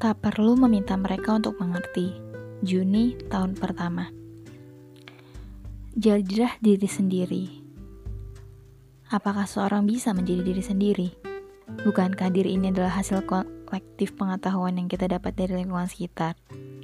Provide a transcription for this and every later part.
Tak perlu meminta mereka untuk mengerti. Juni tahun pertama. Jadilah diri sendiri. Apakah seorang bisa menjadi diri sendiri? Bukankah diri ini adalah hasil kolektif pengetahuan yang kita dapat dari lingkungan sekitar?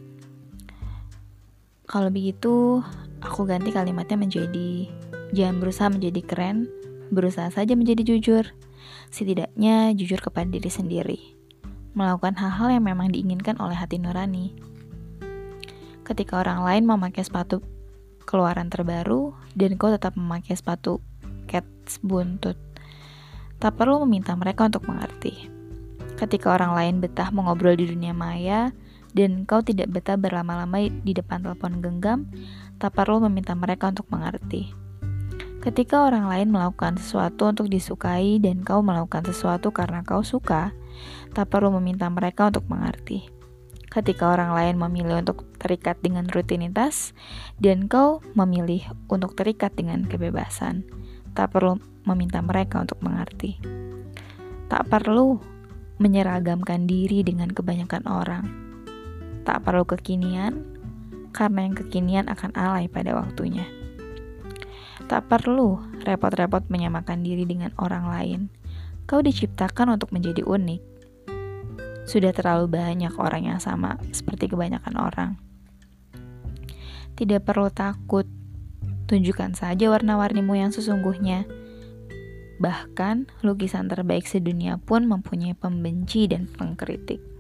Kalau begitu, aku ganti kalimatnya menjadi jangan berusaha menjadi keren, berusaha saja menjadi jujur. Setidaknya jujur kepada diri sendiri. Melakukan hal-hal yang memang diinginkan oleh hati nurani. Ketika orang lain memakai sepatu keluaran terbaru dan kau tetap memakai sepatu Keds buntut, tak perlu meminta mereka untuk mengerti. Ketika orang lain betah mengobrol di dunia maya dan kau tidak betah berlama-lama di depan telepon genggam, tak perlu meminta mereka untuk mengerti. Ketika orang lain melakukan sesuatu untuk disukai dan kau melakukan sesuatu karena kau suka, tak perlu meminta mereka untuk mengerti. Ketika orang lain memilih untuk terikat dengan rutinitas dan kau memilih untuk terikat dengan kebebasan, tak perlu meminta mereka untuk mengerti. Tak perlu menyeragamkan diri dengan kebanyakan orang. Tak perlu kekinian, karena yang kekinian akan alay pada waktunya. Tak perlu repot-repot menyamakan diri dengan orang lain. Kau diciptakan untuk menjadi unik. Sudah terlalu banyak orang yang sama seperti kebanyakan orang. Tidak perlu takut. Tunjukkan saja warna-warnimu yang sesungguhnya. Bahkan lukisan terbaik sedunia pun mempunyai pembenci dan pengkritik.